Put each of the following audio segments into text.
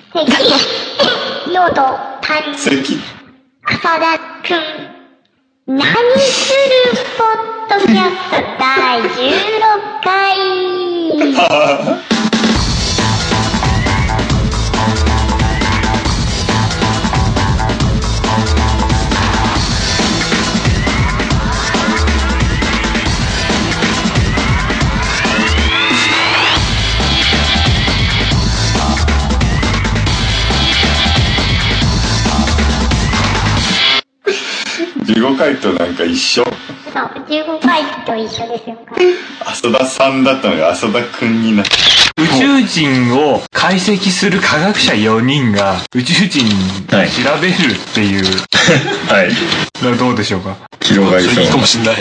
のど谷浅田くん何するポッドキャスト第16回 15回となんか一緒。 そう、15回と一緒ですよ。 浅田さんだったのが浅田くんになった。 宇宙人を解析する科学者4人が宇宙人調べるっていう、 はい。 どうでしょうか。 広がりそう。 いいかもしんない。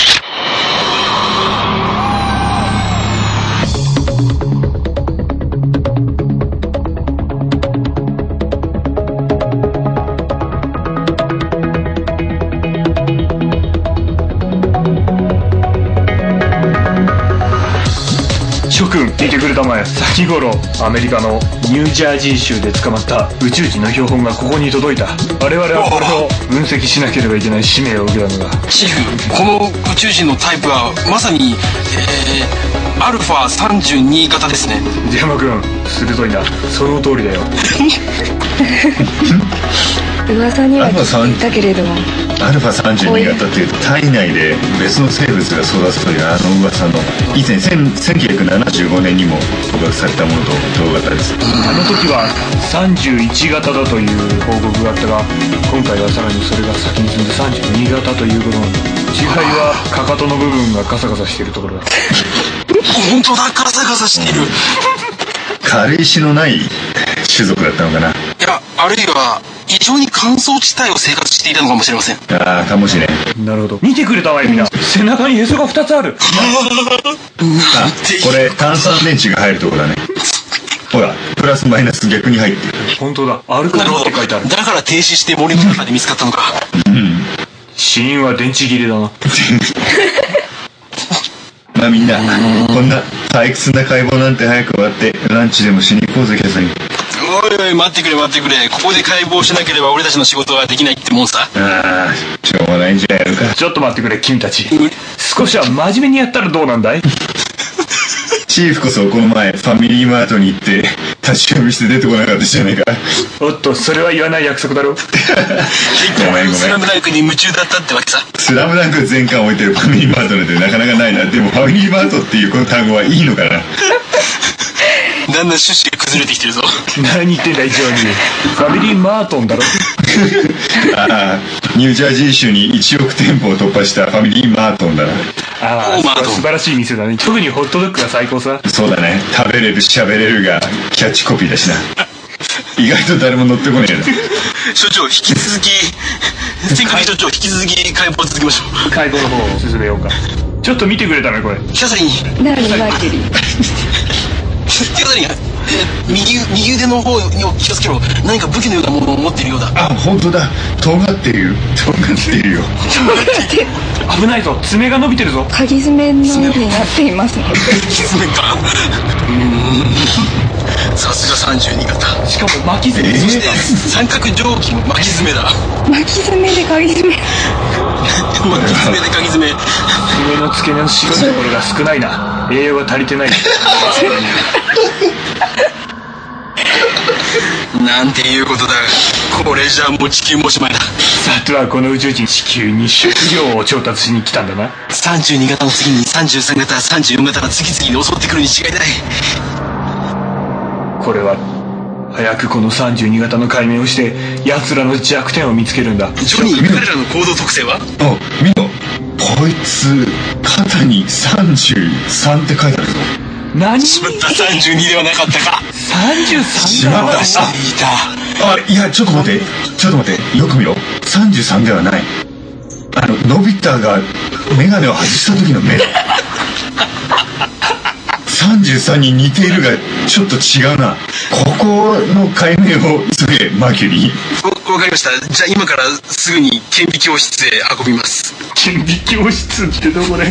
諸君聞いてくれたまえ。先頃アメリカのニュージャージー州で捕まった宇宙人の標本がここに届いた。我々はこれを分析しなければいけない使命を受けたのだ。 チーフ、この宇宙人のタイプはまさにアルファ32型ですね。 ジャマ君鋭いな。その通りだよ。 噂には聞いたけれども、 アルファ32型っていうと体内で別の生物が育つというあの噂の以前1975年にも捕獲されたものと同型です。 あの時は31型だという報告があったが、今回はさらにそれが先に進んで32型ということなんだ。違いはかかとの部分がカサカサしているところだ。 本当だ、カサカサしている。 軽石のない種族だったのかな。いや、あるいは異常に乾燥地帯を生活していたのかもしれません。 ああ、かもしれん。 なるほど。見てくれたわよ、みんな。背中にへそが2つある。 あ、これ炭酸電池が入るとこだね。ほら、プラスマイナス逆に入ってる。 本当だ、アルカリって書いてある。 だから停止して森の中で見つかったのか。 うん。 死因は電池切れだな。 まあみんな、こんな退屈な解剖なんて早く終わってランチでもしに行こうぜ、キャサリン。 おいおい、待ってくれ。ここで解剖しなければ俺たちの仕事はできないってもんさ。 ああ、しょうがないんじゃやるか。 ちょっと待ってくれ、君たち。少しは真面目にやったらどうなんだい？ チーフこそこの前ファミリーマートに行って立ち読みして出てこなかったじゃねえか。 おっと、それは言わない約束だろ。 ごめん。 スラムダンクに夢中だったってわけさ。 スラムダンク全巻置いてるファミリーマートなんてなかなかないな。でもファミリーマートっていうこの単語はいいのかな。 だんだん趣旨が崩れてきてるぞ。 何言ってんだ、一応に。ファミリーマートンだろ。 ああ、ニュージャージー州に1億店舗を突破したファミリーマートンだな。 ああ、素晴らしい店だね。特にホットドッグが最高さ。 そうだね。食べれる喋れるがキャッチコピーだしな。意外と誰も乗ってこねえな。 所長、引き続き天下所長、引き続き解剖を続けましょう。 解剖の方を進めようか。ちょっと見てくれたね、これ。 キャサリン。 何マイケリー。 キャサリン、右腕の方に気をつけろ。何か武器のようなものを持っているようだ。 あ、本当だ。尖っているよ。 危ないぞ、爪が伸びてるぞ。 鍵爪のようになっていますね。 爪か。さすが32型。 しかも巻き爪。 そして三角定規も巻き爪だ。 巻き爪で鍵爪。 巻き爪で鍵爪。 爪の付け根の白いところが少ないな。栄養が足りてない。 なんていうことだ。これじゃもう地球もおしまいだ。 さてはこの宇宙人、地球に食料を調達しに来たんだな。 32型の次に33型、34型が次々に襲ってくるに違いない。 これは早くこの32型の解明をして奴らの弱点を見つけるんだ。 ジョニー、彼らの行動特性は？ あ、見ろ。こいつ肩に33って書いてあるぞ。 何？ しまった、32ではなかったか。 33 だ。 出していた。 あ、いや、ちょっと待って。よく見ろ。33ではない。のび太がメガネを外した時の目だ。33に似ているがちょっと違うな。ここの解明を急げ、マーキュリー。 わかりました。じゃあ今からすぐに顕微教室へ運びます。 顕微教室ってどこで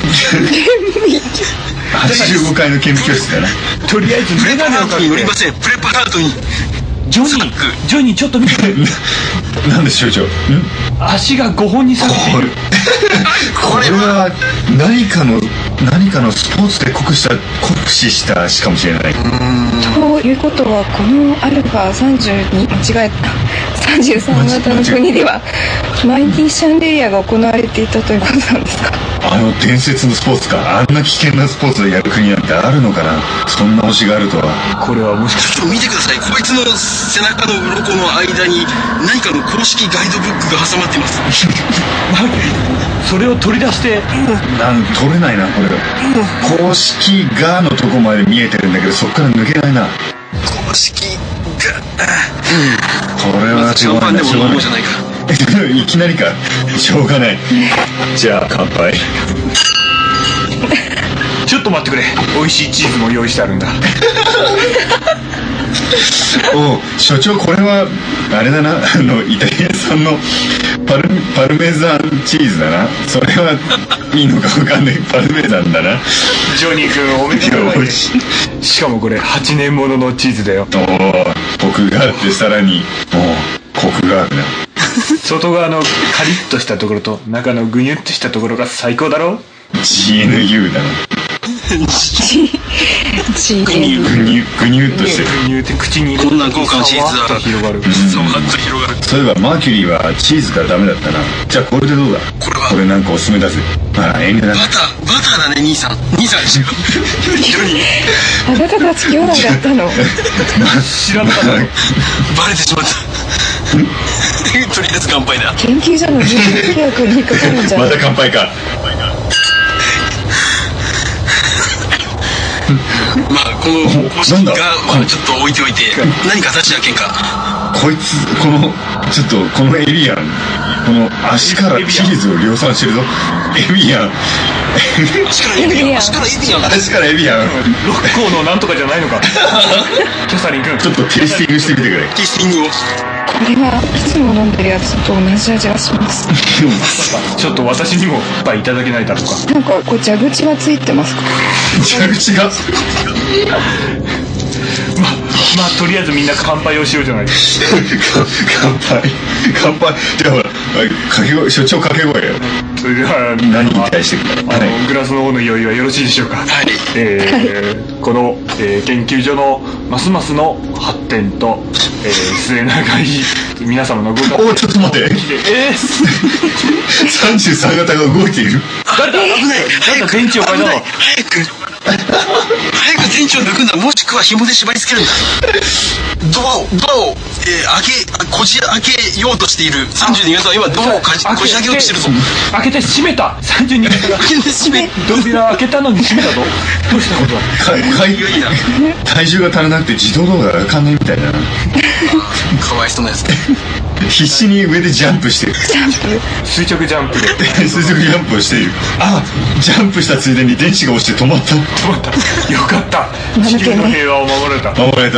85階の顕微教室だな。 とりあえずメガネをかけて。 乗りません。プレパラートに。 ジョニーちょっと見て。 なんで所長？ 足が5本に裂けている。 これは何かのスポーツで酷使した足かもしれない。 ということはこのアルファ32間違えた33型の国ではマイティシャンデリアが行われていたということなんですか？ 伝説のスポーツか。あんな危険なスポーツをやる国なんてあるのかな。そんな推しがあるとは。これはもしかして見てください。こいつの背中の鱗の間に何かの公式ガイドブックが挟まっています。 それを取り出して取れないな。これ公式がのとこまで見えてるんだけど、そっから抜けないな。 公式がこれはしょうがない。いきなりか。しょうがない。じゃあ乾杯。 ちょっと待ってくれ。美味しいチーズも用意してあるんだ。 所長、これはあれだな。イタリア産のパルメザンチーズだな。それはいいのか分かんない。パルメザンだな。 ジョニー君おめでとう。しかもこれ8年もののチーズだよ。 コクがあってさらにコクがあるな。 外側のカリッとしたところと中のグニュッとしたところが最高だろ。 GNU だな。グニュッとしてグニュって口にこんな豪華なチーズだ。 広がる。 そういえばマーキュリーはチーズがダメだったな。じゃあこれでどうだ。これなんかおすすめだぜ。遠慮だな。 バターだね。兄さんあなたたち兄弟だったの？ 知らなかったの。 バレてしまった。とりあえず乾杯だ。 研究所の技術契約に引っかかるんじゃない？ また乾杯か。 まあこの公式がちょっと置いておいて、何か立ち上げんか。 こいつちょっとこのエビアン、この足からチーズを量産してるぞ。エビアン。 足からエビアン。 六甲のなんとかじゃないのか。キャサリン君ちょっとテイスティングしてみてくれ。 テイスティングを。 これはいつも飲んでるやつと同じ味がします。 ちょっと私にもいただけないだろうか。 なんかこれ蛇口がついてますか？ 蛇口がまあとりあえずみんな乾杯をしようじゃない。 乾杯。じゃあほら所長掛け声よ。 それでは何に対してグラスの方の用意はよろしいでしょうか。 はい。 この、研究所のますますの発展と、末永い皆様のご活躍。 ちょっと待って。33型が動いている。 誰だ危ない。誰だ電池を変えたの。 早く電池を抜くんだ。もしくは紐で縛り付けるんだ。ドアをこじ開けようとしている32型は今ドアをこじ開けようとしてるぞ。 開けて閉めた。32型が扉開けたのに閉めたぞ。どうしたことだ。 体重が足らなくて自動ドアが開かんないみたいだな。 かわいそうなやつ。 必死に上でジャンプしてる。 垂直ジャンプで垂直ジャンプをしている。ジャンプしたついでに電池が落ちて止まった。 よかった。地球の平和を守れた。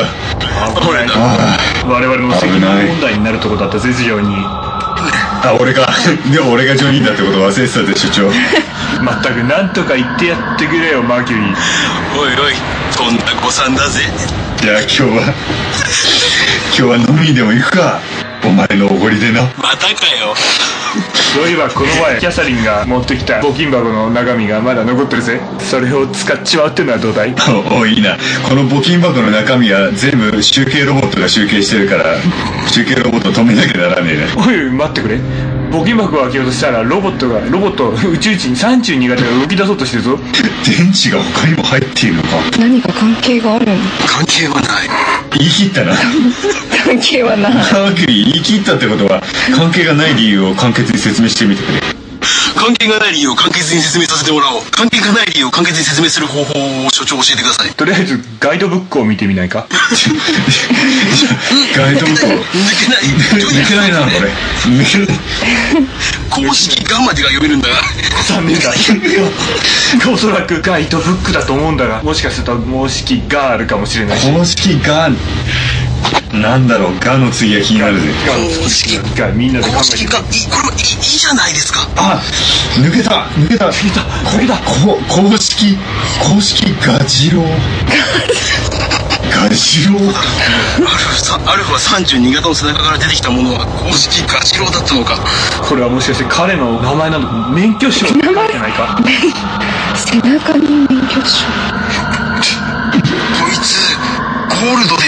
我々の責任問題になるところだったぜ。非常に。 俺がジョニーだってこと忘れてたで所長。 まったくなんとか言ってやってくれよマーキュリー。 おいこんな誤算だぜ。 じゃあ今日は飲みにでも行くか。お前のおごりでな。 またかよ。 そういえばこの前キャサリンが持ってきた募金箱の中身がまだ残ってるぜ。それを使っちまうってのはどうだい？ いいな。この募金箱の中身は全部集計ロボットが集計してるから、集計ロボットを止めなきゃならねえな。 おい待ってくれ。募金箱を開けようとしたらロボット宇宙人32型が動き出そうとしてるぞ。 電池が他にも入っているのか。 何か関係があるの？ 関係はない。 言い切ったな。 関係はない。 マーキュリー言い切ったってことは関係がない理由を簡潔に説明してみてくれ。 関係がない理由を簡潔に説明させてもらおう。関係がない理由を簡潔に説明する方法を所長教えてください。 とりあえずガイドブックを見てみないか。 ガイドブックを抜けないなこれ。 公式がまでが読めるんだが残念だ。おそらくガイドブックだと思うんだが、もしかすると公式があるかもしれないし。 公式がなんだろう。がの次は気になるぜ。 公式がみんなで考えて。 公式がこれもいいじゃないですか。 抜けた。公式ガジロウ。ガジロウ。 アルファ32型の背中から出てきたものは公式ガチローだったのか。 これはもしかして彼の名前なのか、免許証って書いてないか。 背中に免許証。 こいつゴールドです。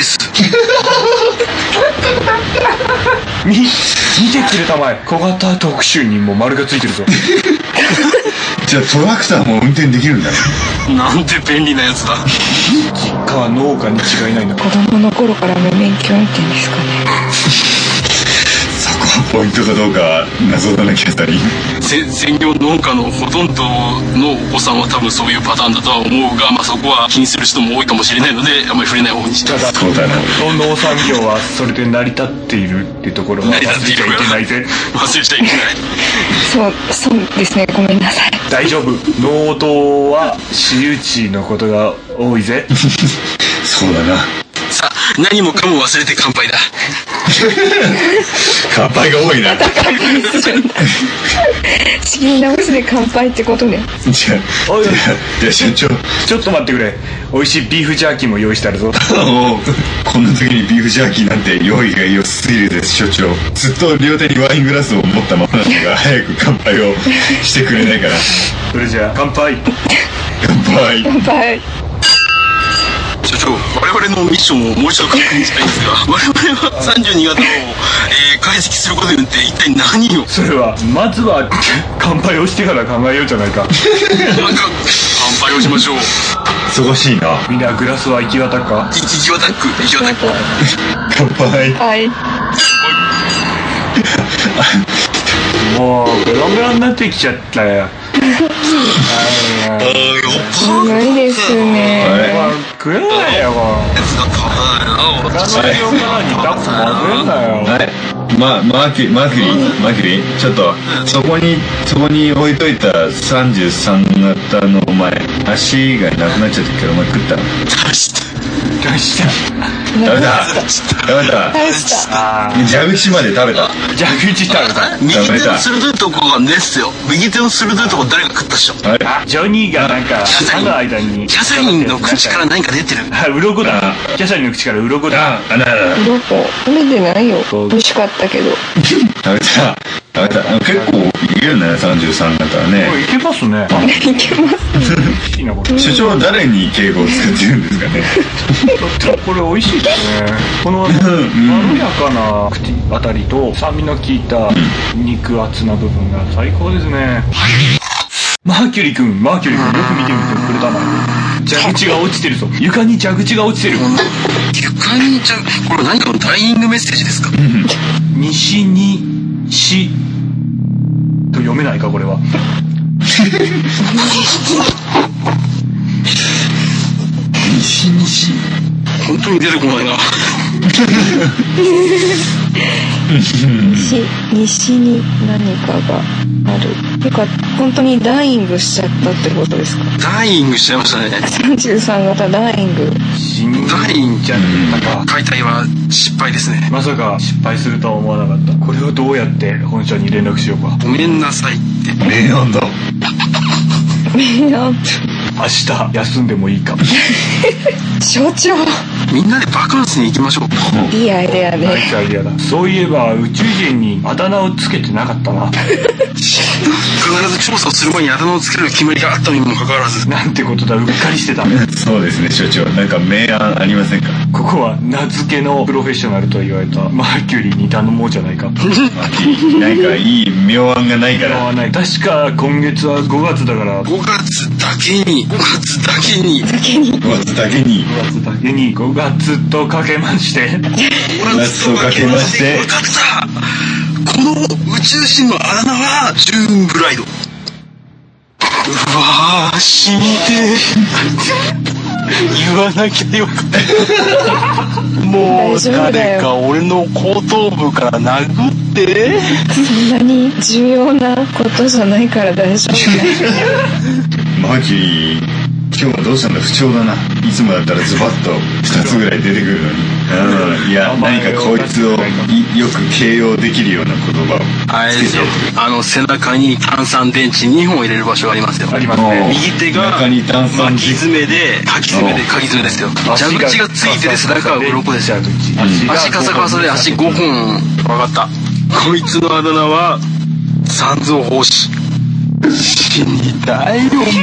見てくれたまえ。小型特殊にも丸がついてるぞ。 じゃあトラクターも運転できるんだね。 なんて便利なやつだ。 実家は農家に違いないんだ。 子供の頃から無免許運転ですかね。 そこはポイントかどうか謎だな、キャサリン。 専業農家のほとんどのお子さんは多分そういうパターンだとは思うが、まあ、そこは気にする人も多いかもしれないのであんまり触れない方にして。 そうだな。 農産業はそれで成り立っているっていうところは忘れちゃいけないぜ。 忘れちゃいけない。 そうですね、ごめんなさい。 大丈夫。農道は私有地のことが多いぜ。 そうだな。 さあ、何もかも忘れて乾杯だ。 乾杯が多いな。 仕切り直しで乾杯ってことね。 じゃあ社長。 ちょっと待ってくれ。美味しいビーフジャーキーも用意してあるぞ。 こんな時にビーフジャーキーなんて用意が良すぎるです、所長。ずっと両手にワイングラスを持ったままなのが早く乾杯をしてくれないかな。 それじゃあ乾杯。 乾杯。 乾杯。 所長、我々のミッションをもう一度確認したいんですが、我々は32型を、解析することによって一体何を。 それはまずは乾杯をしてから考えようじゃないか。 乾杯をしましょう。 忙しいな。 みんなグラスは行き渡るか。 行き渡く。 乾杯。 はい。 もうベロベロになってきちゃったよ。 すごいですね。 食えないよ。他の量からにタコ混ぜんなよ。 はい。マーキュリー、ちょっとそこに置いといた33型のお前足がなくなっちゃったけどお前食ったの？ 出した。 食べた。蛇口まで食べた。 蛇口食べた。 右手の鋭いとこがねっすよ。右手の鋭いとこ誰が食ったっしょ。 ジョニーがなんか歯の間にキャサリンの口から何か出てる。 鱗だ。キャサリンの口から鱗だ。 鱗食べてないよ。美味しかったけど。 食べた。結構いけるね、33型はね。 いけますね。 いけます。 所長は誰に敬語を使ってるんですかね。 これ美味しいですね。このまろやかな口あたりと酸味の効いた肉厚な部分が最高ですね。マーキュリー君よく見てみてくれたな。蛇口が落ちてるぞ。床に蛇口が落ちてる。 床にこれ何かのダイイングメッセージですか？ 西にしと読めないかこれは。 西本当に出てこないな。 西に何かがある。てか本当にダイイングしちゃったってことですか？ ダイイングしちゃいましたね。 33型ダイイング。 ダイイングじゃなか解体は失敗ですね。 まさか失敗するとは思わなかった。これをどうやって本社に連絡しようか。 ごめんなさいって。 名案だ。 明日休んでもいいか。 所長。 みんなでバカンスに行きましょう。 いいアイデアね。 ナイスアイデアだ。そういえば宇宙人にあだ名をつけてなかったな。 必ず調査をする前にあだ名をつける決まりがあったにもかかわらず。 なんてことだ、うっかりしてた。 そうですね、所長。なんか名案ありませんか？ ここは名付けのプロフェッショナルと言われたマーキュリーに頼もうじゃないか。 なんかいい妙案がないから。 ない。確か今月は5月だから。 5月だけに5月だけに 5月とかけまして 5月とかけまして分かった。この宇宙人のあだ名はジューンブライド。うわー死にて言わなきゃよかった。もう誰か俺の後頭部から殴って。 そんなに重要なことじゃないから大丈夫。 マーキュリー今日はどうしたんだ？不調だな。いつもだったらズバッと2つぐらい出てくるのに。 いや、何かこいつをよく形容できるような言葉をつけておく。 背中に炭酸電池2本入れる場所がありますよ。 ありますね。 右手が中に炭酸巻き爪で鍵爪ですよ。蛇口がついてて背中は鱗ですよ。足カサカサで足5本。分かった。こいつのあだ名は三蔵法師。死にたいよもう。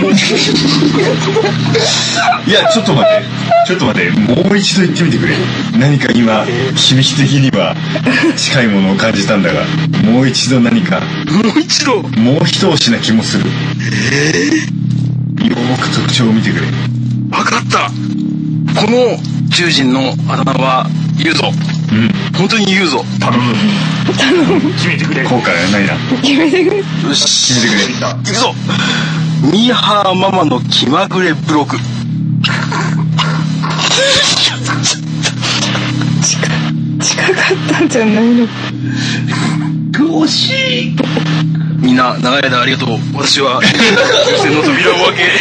いや、ちょっと待って、もう一度言ってみてくれ。何か今響き的には近いものを感じたんだが、もう一度何か、 もう一押しな気もする。よーく特徴を見てくれ。 分かった。この獣人のあだ名は言うぞ。本当に言うぞ。 頼む。決めてくれ。 後悔はないな。 決めてくれ。 よし、 決めてくれ。 行くぞ。ミーハーママの気まぐれブログ。 近かったんじゃないの。 惜しい。みんな長い間ありがとう。私は風船の扉を開け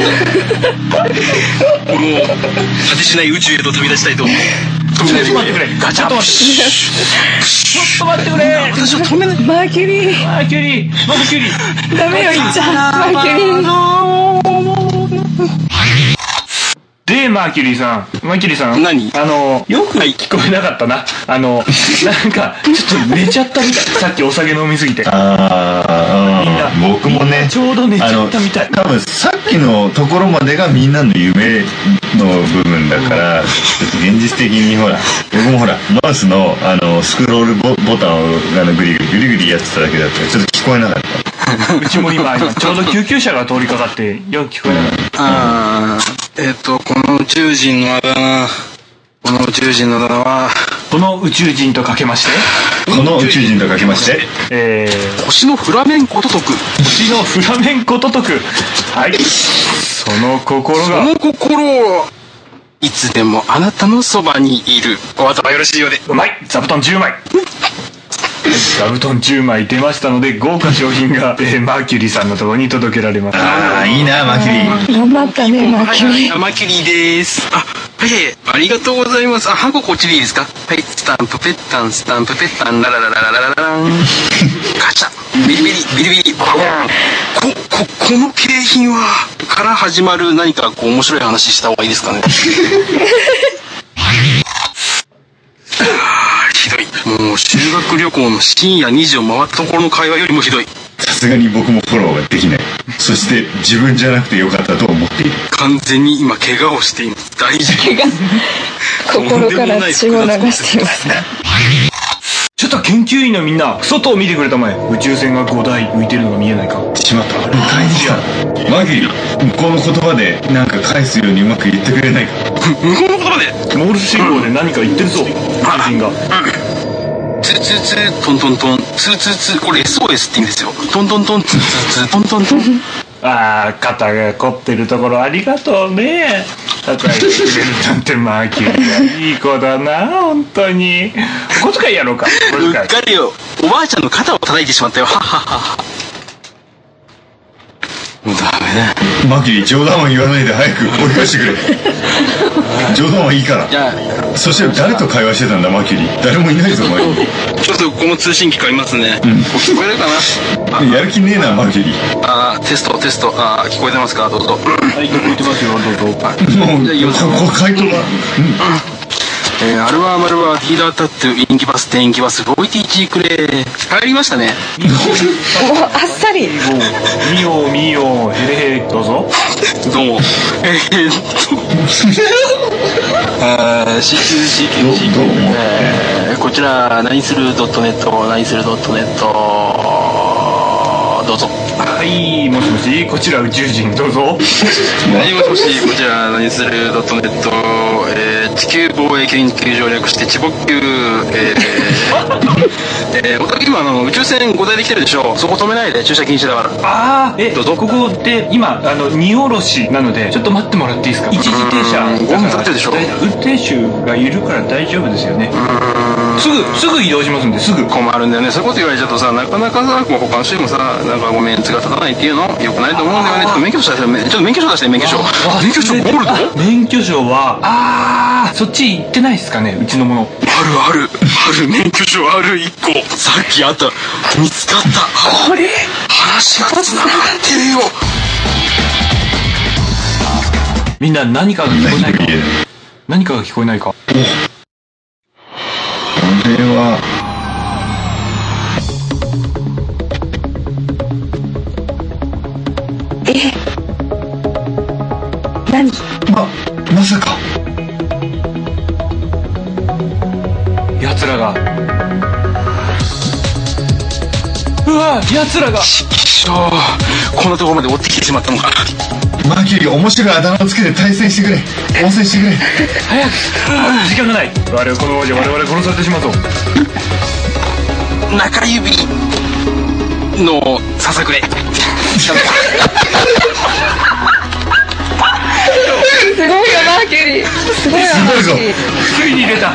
この果てしない宇宙へと旅立ちたいと。 ちょっと待ってくれ。ガチャッと待ってくれ。 私は止めない。 マーキュリー。 マーキュリー。 ダメよ、言っちゃう。マーキュリー。 で、マーキュリーさん。 何？ よく聞こえなかったな。なんか、ちょっと寝ちゃったみたい。さっきお酒飲みすぎて。みんな僕もね、 ちょうど寝ちゃったみたい。 多分さっきのところまでがみんなの夢の部分だから、ちょっと現実的にほら、僕もほら、マウスのスクロールボタンをグリグリやってただけだったから、ちょっと聞こえなかった。 うちも今ちょうど救急車が通りかかってよく聞こえなかった。 この宇宙人のあだ名はこの宇宙人とかけまして星のフラメンコと解く。 星のフラメンコと解く。はい。その心はいつでもあなたのそばにいる。お後がよろしいようで。 うまい。座布団10枚。座布団10枚出ましたので、豪華商品が、マーキュリーさんのところに届けられます。 ああ、いいな、マーキュリー。 頑張ったね、マーキュリー。 マーキュリーです。はい、ありがとうございます。ハンコこっちでいいですか？はい、スタンプペッタン、ララララララララン。ガチャ、ビリビリ、この景品は、から始まる何か面白い話した方がいいですかね？ひどい。もう修学旅行の深夜2時を回ったところの会話よりもひどい。 さすがに僕もフォローができない。そして自分じゃなくてよかったと思っている。 完全に今怪我をしています。大丈夫。心から血を流していますか？ ちょっと研究員のみんな、外を見てくれたまえ。宇宙船が5台浮いてるのが見えないか。 しまった。迎えに来た。マーキュリー、向こうの言葉でなんか返すようにうまく言ってくれないか。 向こうの言葉でモールス信号で何か言ってるぞ。宇宙人が。 ツーツーツートントントンツーツーツー、これ SOS って意味ですよ。トントントンツーツーツートントントン。 ああ、肩が凝ってるところありがとうね。叩いてくれるなんてマーキュリーはいい子だな、本当に。お小遣いやろうか。 うっかりよ。おばあちゃんの肩を叩いてしまったよ。ははは。もうダメだ。 マーキュリー、冗談は言わないで早く追い返してくれ。冗談はいいから。そして誰と会話してたんだ、マーキュリー。誰もいないぞ、マーキュリー。 ちょっとこの通信機買いますね。聞こえるかな？ やる気ねえな、マーキュリー。 テスト。聞こえてますか？どうぞ。 はい、聞こえてますよ、どうぞ。 もう、回答が。 アルバーヒーダータットインキバステインキバスロイティチークレー入りましたね。 あっさり。 みよヘレヘレ、どうぞ。 どうも。CQ こちら何する .net どうぞ。 はい、もしもし、こちら宇宙人、どうぞ。 はい、もしもし、こちら何する .net、地球防衛研究所略して地ボ級、おたけ今宇宙船5台で来てるでしょ。そこ止めないで、駐車禁止だから。 どうぞ。ここで今荷下ろしなのでちょっと待ってもらっていいですか。一時停車。 5分経ってるでしょ。 運転手がいるから大丈夫ですよね。すぐ移動しますんで。すぐ。 困るんだよね。そういうこと言われちゃうとさ、なかなかさ、他の人にもさ、なんかごめんつが立たないっていうのよくないと思うんだよね。ちょっと免許証出して。免許証ゴールド。 免許証はあ、そっち行ってないですかね、うちのもの。 ある免許証ある1個。さっきあった見つかった。 これ話がつながってるよ。 みんな何かが聞こえないか。何かが聞こえないか。 これは何？ まさか奴らが、うわ、奴らが。 こんなところまで追ってきてしまったのか。 マーキュリー、面白いあだ名をつけて対戦してくれ。応戦してくれ。 早く、時間がない。このままじゃ我々殺されてしまうぞ。 中指のささくれ。 すごいよマーキュリー。すごいよマーキュリー。 ついに出た。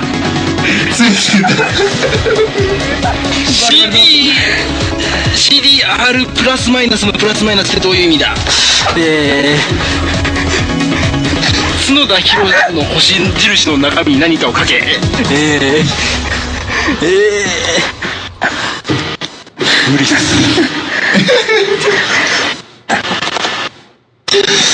CDR プラスマイナスのプラスマイナスってどういう意味だ。角田博の星印の中身に何かを書け。無理です。